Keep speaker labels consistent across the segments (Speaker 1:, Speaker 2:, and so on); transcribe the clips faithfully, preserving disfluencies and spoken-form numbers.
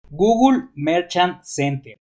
Speaker 1: Google Merchant Center.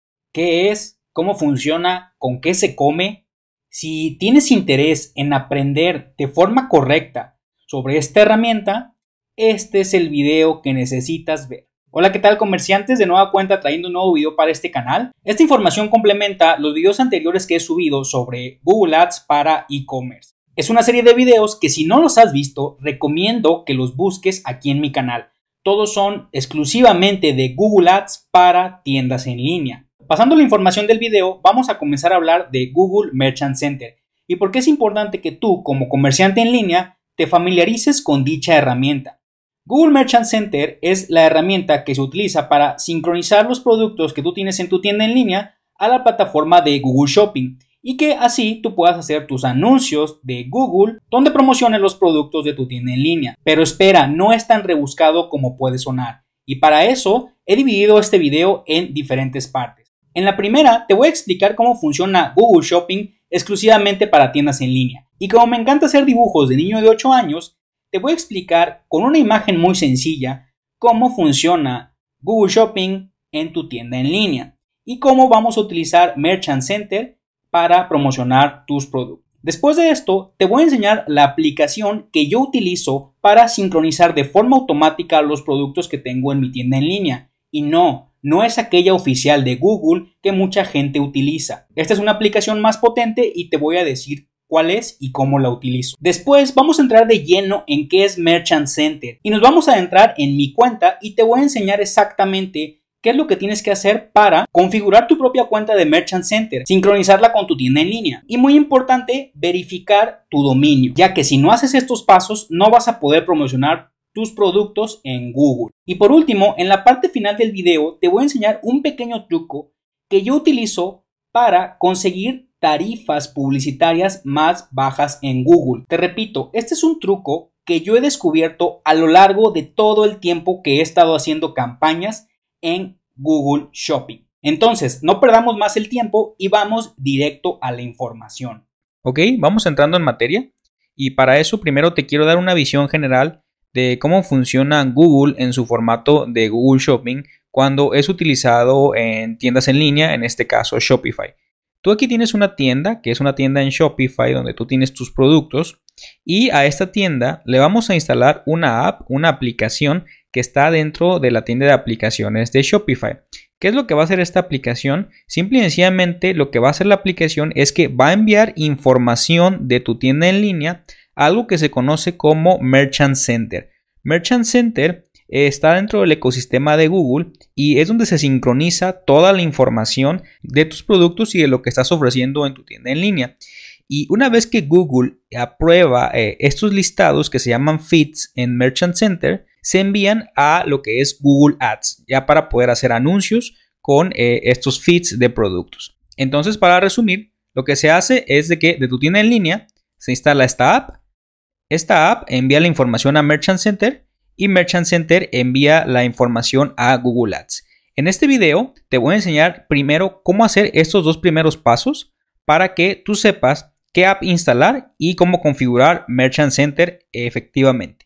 Speaker 1: ¿Qué es? ¿Cómo funciona? ¿Con qué se come? Si tienes interés en aprender de forma correcta sobre esta herramienta, este es el video que necesitas ver. Hola, ¿qué tal, comerciantes? De nueva cuenta trayendo un nuevo video para este canal. Esta información complementa los videos anteriores que he subido sobre Google Ads para e-commerce. Es una serie de videos que, si no los has visto, recomiendo que los busques aquí en mi canal. Todos son exclusivamente de Google Ads para tiendas en línea. Pasando la información del video, vamos a comenzar a hablar de Google Merchant Center y por qué es importante que tú, como comerciante en línea, te familiarices con dicha herramienta. Google Merchant Center es la herramienta que se utiliza para sincronizar los productos que tú tienes en tu tienda en línea a la plataforma de Google Shopping y que así tú puedas hacer tus anuncios de Google donde promociones los productos de tu tienda en línea. Pero espera, no es tan rebuscado como puede sonar y para eso he dividido este video en diferentes partes. En la primera te voy a explicar cómo funciona Google Shopping exclusivamente para tiendas en línea. Y como me encanta hacer dibujos de niño de ocho años, te voy a explicar con una imagen muy sencilla cómo funciona Google Shopping en tu tienda en línea y cómo vamos a utilizar Merchant Center para promocionar tus productos. Después de esto, te voy a enseñar la aplicación que yo utilizo para sincronizar de forma automática los productos que tengo en mi tienda en línea. Y no, no es aquella oficial de Google que mucha gente utiliza. Esta es una aplicación más potente y te voy a decir cuál es y cómo la utilizo. Después vamos a entrar de lleno en qué es Merchant Center y nos vamos a adentrar en mi cuenta y te voy a enseñar exactamente qué es lo que tienes que hacer para configurar tu propia cuenta de Merchant Center, sincronizarla con tu tienda en línea y, muy importante, verificar tu dominio, ya que si no haces estos pasos no vas a poder promocionar tus productos en Google. Y por último, en la parte final del video te voy a enseñar un pequeño truco que yo utilizo para conseguir tarifas publicitarias más bajas en Google. Te repito, este es un truco que yo he descubierto a lo largo de todo el tiempo que he estado haciendo campañas en Google Shopping. Entonces, no perdamos más el tiempo y vamos directo a la información.
Speaker 2: Ok, vamos entrando en materia y para eso primero te quiero dar una visión general de cómo funciona Google en su formato de Google Shopping cuando es utilizado en tiendas en línea, en este caso Shopify. Tú aquí tienes una tienda, que es una tienda en Shopify donde tú tienes tus productos y a esta tienda le vamos a instalar una app, una aplicación que está dentro de la tienda de aplicaciones de Shopify. ¿Qué es lo que va a hacer esta aplicación? Simple y sencillamente lo que va a hacer la aplicación es que va a enviar información de tu tienda en línea a algo que se conoce como Merchant Center. Merchant Center eh, está dentro del ecosistema de Google y es donde se sincroniza toda la información de tus productos y de lo que estás ofreciendo en tu tienda en línea. Y una vez que Google aprueba eh, estos listados que se llaman feeds en Merchant Center, se envían a lo que es Google Ads, ya para poder hacer anuncios con eh, estos feeds de productos. Entonces, para resumir, lo que se hace es de que de tu tienda en línea se instala esta app. Esta app envía la información a Merchant Center y Merchant Center envía la información a Google Ads. En este video te voy a enseñar primero cómo hacer estos dos primeros pasos para que tú sepas qué app instalar y cómo configurar Merchant Center efectivamente.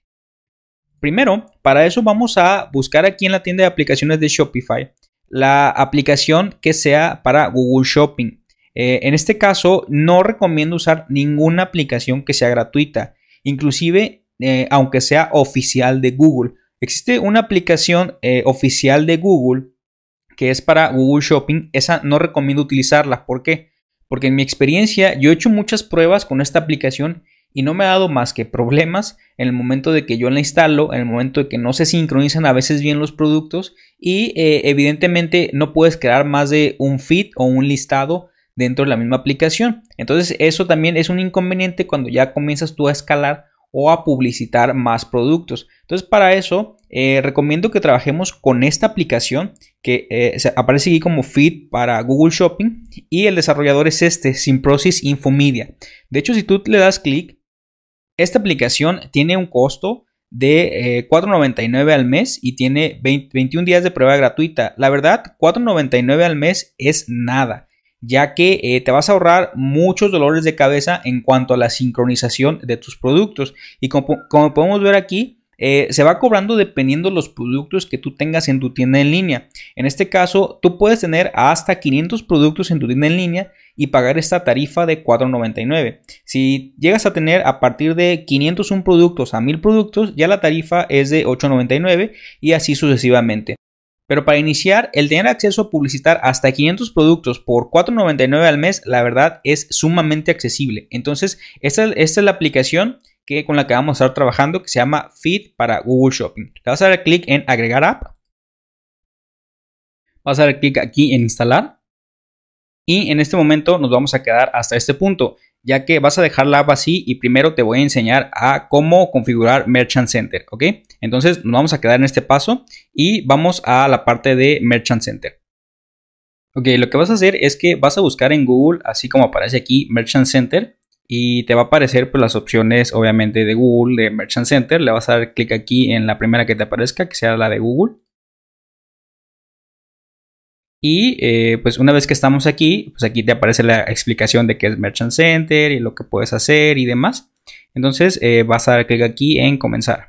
Speaker 2: Primero, para eso vamos a buscar aquí en la tienda de aplicaciones de Shopify la aplicación que sea para Google Shopping. Eh, en este caso, no recomiendo usar ninguna aplicación que sea gratuita, inclusive eh, aunque sea oficial de Google. Existe una aplicación eh, oficial de Google que es para Google Shopping. Esa no recomiendo utilizarla. ¿Por qué? Porque en mi experiencia yo he hecho muchas pruebas con esta aplicación y no me ha dado más que problemas en el momento de que yo la instalo, en el momento de que no se sincronizan a veces bien los productos y eh, evidentemente no puedes crear más de un feed o un listado dentro de la misma aplicación. Entonces eso también es un inconveniente cuando ya comienzas tú a escalar o a publicitar más productos. Entonces para eso eh, recomiendo que trabajemos con esta aplicación que eh, aparece aquí como feed para Google Shopping y el desarrollador es este, Simprosys Infomedia. De hecho, si tú le das clic, esta aplicación tiene un costo de eh, cuatro noventa y nueve al mes y tiene veinte, veintiún días de prueba gratuita. La verdad, cuatro noventa y nueve al mes es nada, ya que eh, te vas a ahorrar muchos dolores de cabeza en cuanto a la sincronización de tus productos. Y como, como podemos ver aquí, eh, se va cobrando dependiendo los productos que tú tengas en tu tienda en línea. En este caso, tú puedes tener hasta quinientos productos en tu tienda en línea y pagar esta tarifa de cuatro noventa y nueve. Si llegas a tener a partir de quinientos un productos a mil productos, ya la tarifa es de ocho noventa y nueve y así sucesivamente. Pero para iniciar, el tener acceso a publicitar hasta quinientos productos por cuatro noventa y nueve al mes, la verdad es sumamente accesible. Entonces, esta, esta es la aplicación que, con la que vamos a estar trabajando, que se llama Feed para Google Shopping. Le vas a dar clic en agregar app. Vas a dar clic aquí en instalar. Y en este momento nos vamos a quedar hasta este punto, ya que vas a dejar la app así y primero te voy a enseñar a cómo configurar Merchant Center, ¿ok? Entonces nos vamos a quedar en este paso y vamos a la parte de Merchant Center. Ok, lo que vas a hacer es que vas a buscar en Google, así como aparece aquí, Merchant Center, y te va a aparecer pues, las opciones obviamente de Google, de Merchant Center. Le vas a dar clic aquí en la primera que te aparezca, que sea la de Google. Y eh, pues una vez que estamos aquí, pues aquí te aparece la explicación de qué es Merchant Center y lo que puedes hacer y demás. Entonces eh, vas a dar clic aquí en comenzar.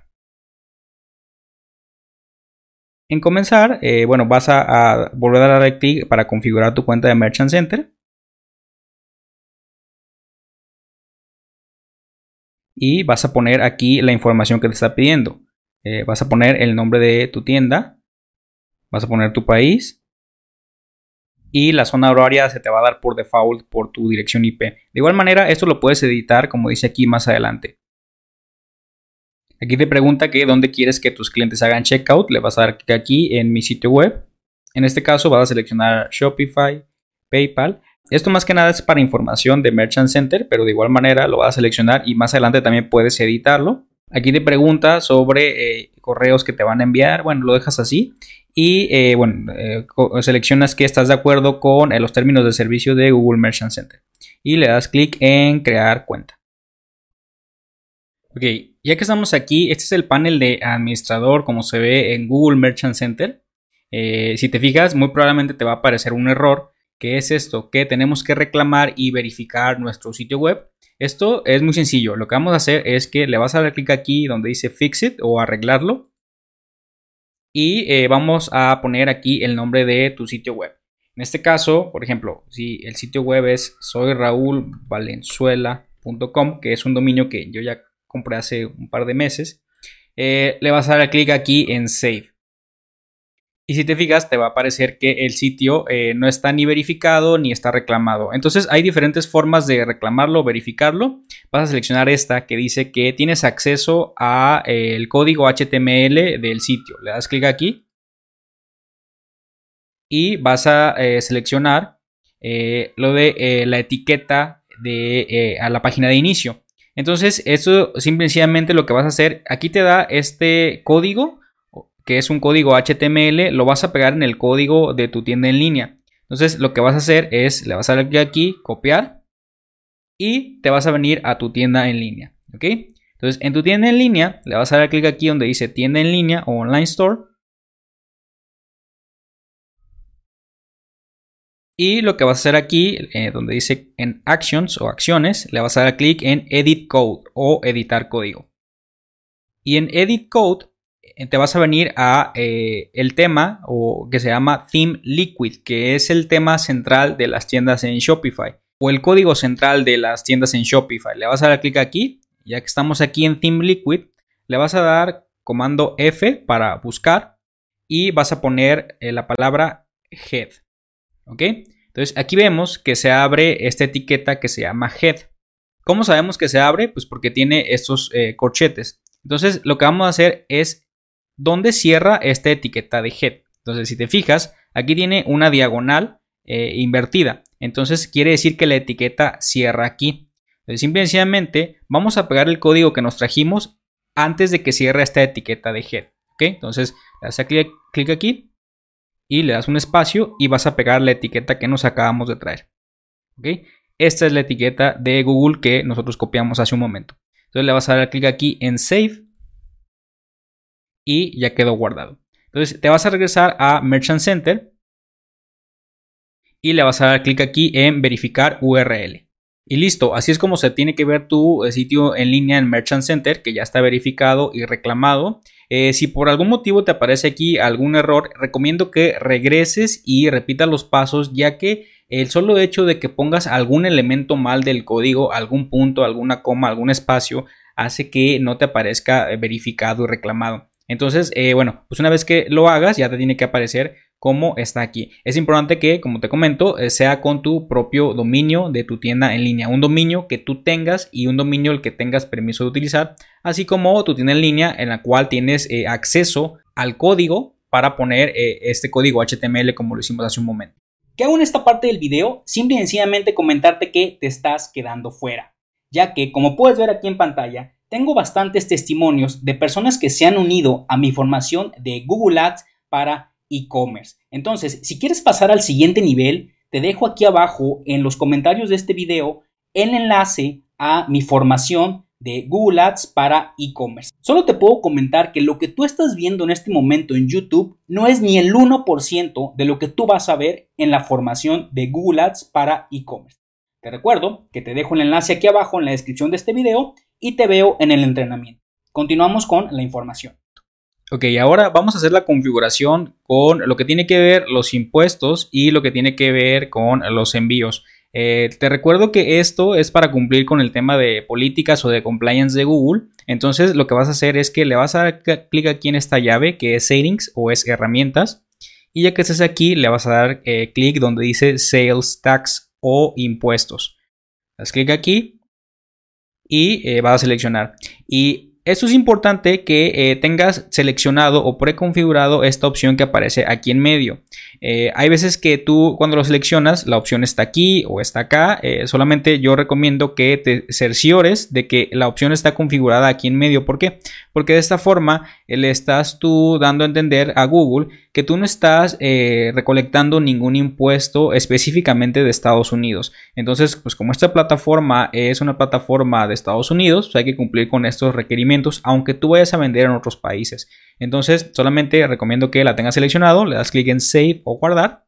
Speaker 2: En comenzar, eh, bueno, vas a, a volver a dar clic para configurar tu cuenta de Merchant Center. Y vas a poner aquí la información que te está pidiendo. Eh, vas a poner el nombre de tu tienda. Vas a poner tu país. Y la zona horaria se te va a dar por default por tu dirección I P. De igual manera, esto lo puedes editar, como dice aquí más adelante. Aquí te pregunta que dónde quieres que tus clientes hagan checkout. Le vas a dar clic aquí en mi sitio web. En este caso vas a seleccionar Shopify, PayPal. Esto más que nada es para información de Merchant Center, pero de igual manera lo vas a seleccionar y más adelante también puedes editarlo. Aquí te pregunta sobre eh, correos que te van a enviar. Bueno, lo dejas así. Y eh, bueno, eh, seleccionas que estás de acuerdo con eh, los términos de servicio de Google Merchant Center. Y le das clic en crear cuenta. Ok, ya que estamos aquí, este es el panel de administrador como se ve en Google Merchant Center. Eh, si te fijas, muy probablemente te va a aparecer un error. ¿Qué es esto? Que tenemos que reclamar y verificar nuestro sitio web. Esto es muy sencillo. Lo que vamos a hacer es que le vas a dar clic aquí donde dice Fix It o arreglarlo. Y eh, vamos a poner aquí el nombre de tu sitio web. En este caso, por ejemplo, si el sitio web es soy raúl valenzuela punto com, que es un dominio que yo ya compré hace un par de meses, eh, le vas a dar clic aquí en Save. Y si te fijas, te va a aparecer que el sitio eh, no está ni verificado ni está reclamado. Entonces hay diferentes formas de reclamarlo o verificarlo. Vas a seleccionar esta que dice que tienes acceso a eh, el código H T M L del sitio. Le das clic aquí. Y vas a eh, seleccionar eh, lo de eh, la etiqueta de, eh, a la página de inicio. Entonces esto simplemente lo que vas a hacer, aquí te da este código, que es un código H T M L, lo vas a pegar en el código de tu tienda en línea. Entonces lo que vas a hacer es, le vas a dar clic aquí, copiar, y te vas a venir a tu tienda en línea, ¿ok? Entonces en tu tienda en línea, le vas a dar clic aquí donde dice tienda en línea o online store. Y lo que vas a hacer aquí, eh, donde dice en actions o acciones, le vas a dar clic en edit code o editar código. Y en edit code te vas a venir a eh, el tema o que se llama Theme Liquid, que es el tema central de las tiendas en Shopify o el código central de las tiendas en Shopify. Le vas a dar clic aquí, ya que estamos aquí en Theme Liquid, le vas a dar comando F para buscar y vas a poner eh, la palabra head, ¿ok? Entonces aquí vemos que se abre esta etiqueta que se llama head. ¿Cómo sabemos que se abre? Pues porque tiene estos eh, corchetes. Entonces lo que vamos a hacer es ¿dónde cierra esta etiqueta de head? Entonces, si te fijas, aquí tiene una diagonal eh, invertida. Entonces, quiere decir que la etiqueta cierra aquí. Entonces, simplemente vamos a pegar el código que nos trajimos antes de que cierre esta etiqueta de head. ¿Ok? Entonces, le das clic, clic aquí y le das un espacio y vas a pegar la etiqueta que nos acabamos de traer. ¿Ok? Esta es la etiqueta de Google que nosotros copiamos hace un momento. Entonces, le vas a dar clic aquí en Save. Y ya quedó guardado. Entonces te vas a regresar a Merchant Center y le vas a dar clic aquí en verificar U R L. Y listo, así es como se tiene que ver tu sitio en línea en Merchant Center, que ya está verificado y reclamado. Eh, si por algún motivo te aparece aquí algún error, recomiendo que regreses y repitas los pasos, ya que el solo hecho de que pongas algún elemento mal del código, algún punto, alguna coma, algún espacio, hace que no te aparezca verificado y reclamado. Entonces, eh, bueno, pues una vez que lo hagas, ya te tiene que aparecer como está aquí. Es importante que, como te comento, sea con tu propio dominio de tu tienda en línea, un dominio que tú tengas y un dominio el que tengas permiso de utilizar, así como tu tienda en línea en la cual tienes eh, acceso al código para poner eh, este código H T M L como lo hicimos hace un momento.
Speaker 1: ¿Qué hago en esta parte del video? Simple y sencillamente comentarte que te estás quedando fuera, ya que, como puedes ver aquí en pantalla, tengo bastantes testimonios de personas que se han unido a mi formación de Google Ads para e-commerce. Entonces, si quieres pasar al siguiente nivel, te dejo aquí abajo en los comentarios de este video el enlace a mi formación de Google Ads para e-commerce. Solo te puedo comentar que lo que tú estás viendo en este momento en YouTube no es ni el uno por ciento de lo que tú vas a ver en la formación de Google Ads para e-commerce. Te recuerdo que te dejo el enlace aquí abajo en la descripción de este video y te veo en el entrenamiento. Continuamos con la información.
Speaker 2: Ok, ahora vamos a hacer la configuración con lo que tiene que ver los impuestos y lo que tiene que ver con los envíos. Eh, te recuerdo que esto es para cumplir con el tema de políticas o de compliance de Google. Entonces lo que vas a hacer es que le vas a dar clic aquí en esta llave que es Settings o es Herramientas. Y ya que estés aquí le vas a dar eh, clic donde dice Sales Tax o Impuestos. Das clic aquí y eh, vas a seleccionar. Y esto es importante que eh, tengas seleccionado o preconfigurado esta opción que aparece aquí en medio. Eh, hay veces que tú cuando lo seleccionas la opción está aquí o está acá. Eh, solamente yo recomiendo que te cerciores de que la opción está configurada aquí en medio. ¿Por qué? Porque de esta forma eh, le estás tú dando a entender a Google que tú no estás eh, recolectando ningún impuesto específicamente de Estados Unidos. Entonces, pues como esta plataforma es una plataforma de Estados Unidos, pues hay que cumplir con estos requerimientos, aunque tú vayas a vender en otros países. Entonces, solamente recomiendo que la tengas seleccionado, le das clic en Save o Guardar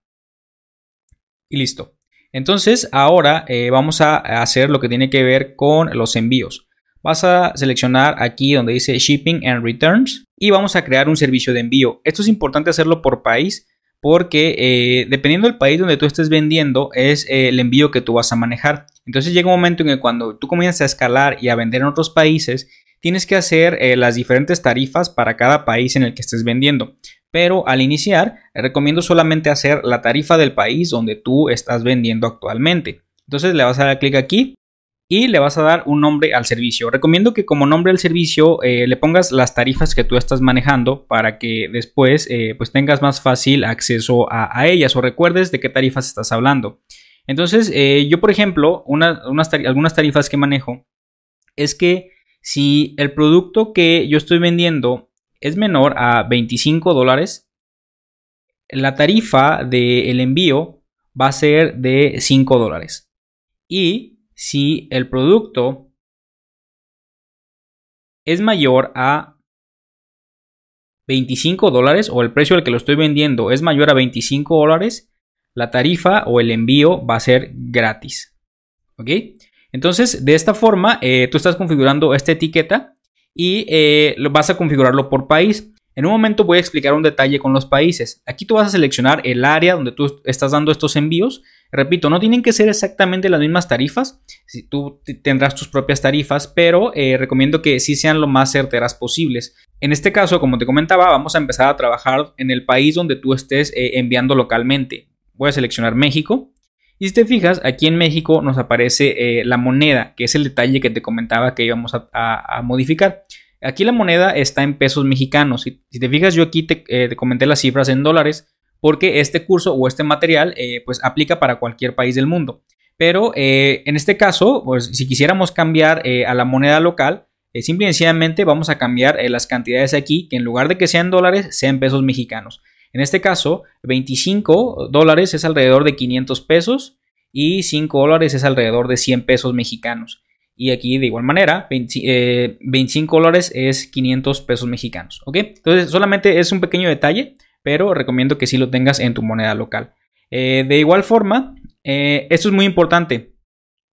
Speaker 2: y listo. Entonces, ahora eh, vamos a hacer lo que tiene que ver con los envíos. Vas a seleccionar aquí donde dice Shipping and Returns y vamos a crear un servicio de envío. Esto es importante hacerlo por país porque eh, dependiendo del país donde tú estés vendiendo es eh, el envío que tú vas a manejar. Entonces llega un momento en que cuando tú comienzas a escalar y a vender en otros países, tienes que hacer eh, las diferentes tarifas para cada país en el que estés vendiendo. Pero al iniciar, recomiendo solamente hacer la tarifa del país donde tú estás vendiendo actualmente. Entonces le vas a dar clic aquí y le vas a dar un nombre al servicio. Recomiendo que como nombre al servicio eh, le pongas las tarifas que tú estás manejando para que después eh, pues tengas más fácil acceso a, a ellas o recuerdes de qué tarifas estás hablando. Entonces eh, yo por ejemplo una, unas tar- algunas tarifas que manejo es que si el producto que yo estoy vendiendo es menor a veinticinco dólares, la tarifa del envío va a ser de cinco dólares. Y si el producto es mayor a veinticinco dólares o el precio al que lo estoy vendiendo es mayor a veinticinco dólares, la tarifa o el envío va a ser gratis. ¿Ok? Entonces, de esta forma, eh, tú estás configurando esta etiqueta y eh, lo vas a configurarlo por país. En un momento voy a explicar un detalle con los países. Aquí tú vas a seleccionar el área donde tú estás dando estos envíos. Repito, no tienen que ser exactamente las mismas tarifas. Si tú tendrás tus propias tarifas, pero eh, recomiendo que sí sean lo más certeras posibles. En este caso, como te comentaba, vamos a empezar a trabajar en el país donde tú estés eh, enviando localmente. Voy a seleccionar México. Y si te fijas, aquí en México nos aparece eh, la moneda, que es el detalle que te comentaba que íbamos a, a, a modificar. Aquí la moneda está en pesos mexicanos. Si, si te fijas, yo aquí te, eh, te comenté las cifras en dólares porque este curso o este material eh, pues aplica para cualquier país del mundo. Pero eh, en este caso, pues si quisiéramos cambiar eh, a la moneda local, eh, simple y sencillamente vamos a cambiar eh, las cantidades aquí, que en lugar de que sean dólares, sean pesos mexicanos. En este caso, veinticinco dólares es alrededor de quinientos pesos y cinco dólares es alrededor de cien pesos mexicanos. Y aquí de igual manera, veinte, eh, veinticinco dólares es quinientos pesos mexicanos. ¿Ok? Entonces solamente es un pequeño detalle, pero recomiendo que sí lo tengas en tu moneda local. Eh, de igual forma, eh, esto es muy importante.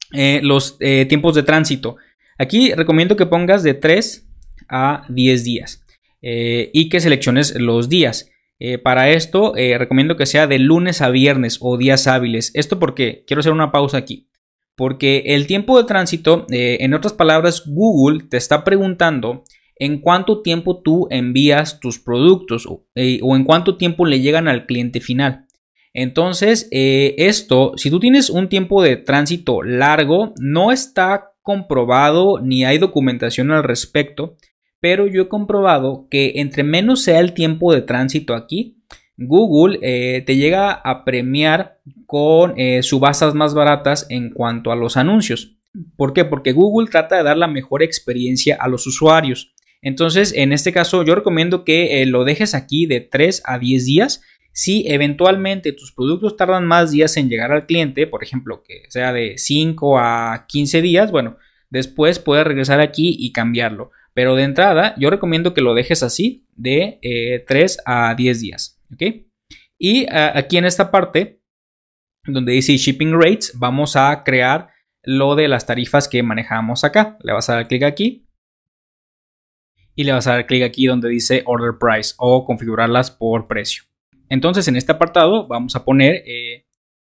Speaker 2: eh, los eh, tiempos de tránsito. Aquí recomiendo que pongas de tres a diez días eh, y que selecciones los días. Eh, para esto eh, recomiendo que sea de lunes a viernes o días hábiles. Esto porque quiero hacer una pausa aquí. Porque el tiempo de tránsito, eh, en otras palabras, Google te está preguntando en cuánto tiempo tú envías tus productos o, eh, o en cuánto tiempo le llegan al cliente final. Entonces, eh, esto, si tú tienes un tiempo de tránsito largo, no está comprobado ni hay documentación al respecto, pero yo he comprobado que entre menos sea el tiempo de tránsito aquí, Google eh, te llega a premiar con eh, subastas más baratas en cuanto a los anuncios. ¿Por qué? Porque Google trata de dar la mejor experiencia a los usuarios. Entonces, en este caso, yo recomiendo que eh, lo dejes aquí de tres a diez días. Si eventualmente tus productos tardan más días en llegar al cliente, por ejemplo, que sea de cinco a quince días, bueno, después puedes regresar aquí y cambiarlo. Pero de entrada, yo recomiendo que lo dejes así de eh, tres a diez días. ¿Ok? Y uh, aquí en esta parte, donde dice Shipping Rates, vamos a crear lo de las tarifas que manejamos acá. Le vas a dar clic aquí. Y le vas a dar clic aquí donde dice Order Price o configurarlas por precio. Entonces, en este apartado vamos a poner eh,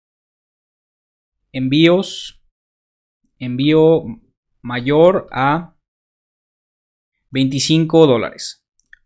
Speaker 2: envíos, envío mayor a veinticinco dólares.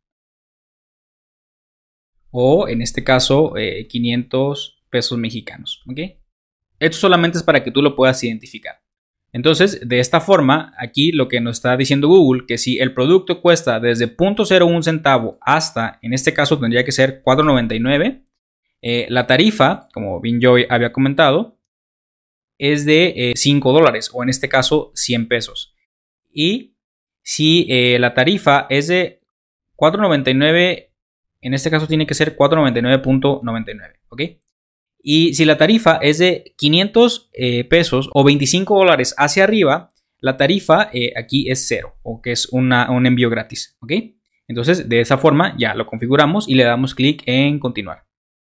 Speaker 2: O en este caso, eh, quinientos pesos mexicanos. ¿Okay? Esto solamente es para que tú lo puedas identificar. Entonces, de esta forma, aquí lo que nos está diciendo Google, que si el producto cuesta desde cero punto cero uno centavo hasta, en este caso tendría que ser cuatro noventa y nueve, eh, la tarifa, como bien yo había comentado, es de eh, cinco dólares o en este caso cien pesos. Y si eh, la tarifa es de cuatro noventa y nueve, en este caso tiene que ser cuatro noventa y nueve punto noventa y nueve, ¿ok? Y si la tarifa es de quinientos eh, pesos o veinticinco dólares hacia arriba, la tarifa eh, aquí es cero o que es una, un envío gratis, ¿ok? Entonces, de esa forma ya lo configuramos y le damos clic en continuar.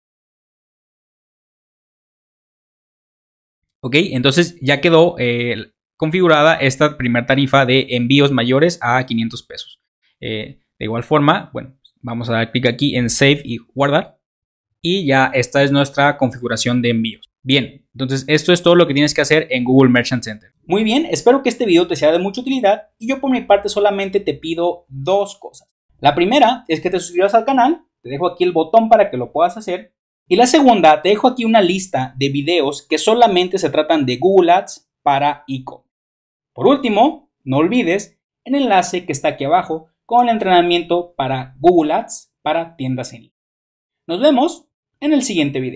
Speaker 2: ¿Ok? Entonces ya quedó eh, configurada esta primera tarifa de envíos mayores a quinientos pesos. Eh, de igual forma, bueno, vamos a dar clic aquí en Save y guardar. Y ya esta es nuestra configuración de envíos. Bien, entonces esto es todo lo que tienes que hacer en Google Merchant Center.
Speaker 1: Muy bien, espero que este video te sea de mucha utilidad y yo por mi parte solamente te pido dos cosas. La primera es que te suscribas al canal, te dejo aquí el botón para que lo puedas hacer. Y la segunda, te dejo aquí una lista de videos que solamente se tratan de Google Ads para e-commerce. Por último, no olvides el enlace que está aquí abajo con el entrenamiento para Google Ads para tiendas en línea. Nos vemos en el siguiente video.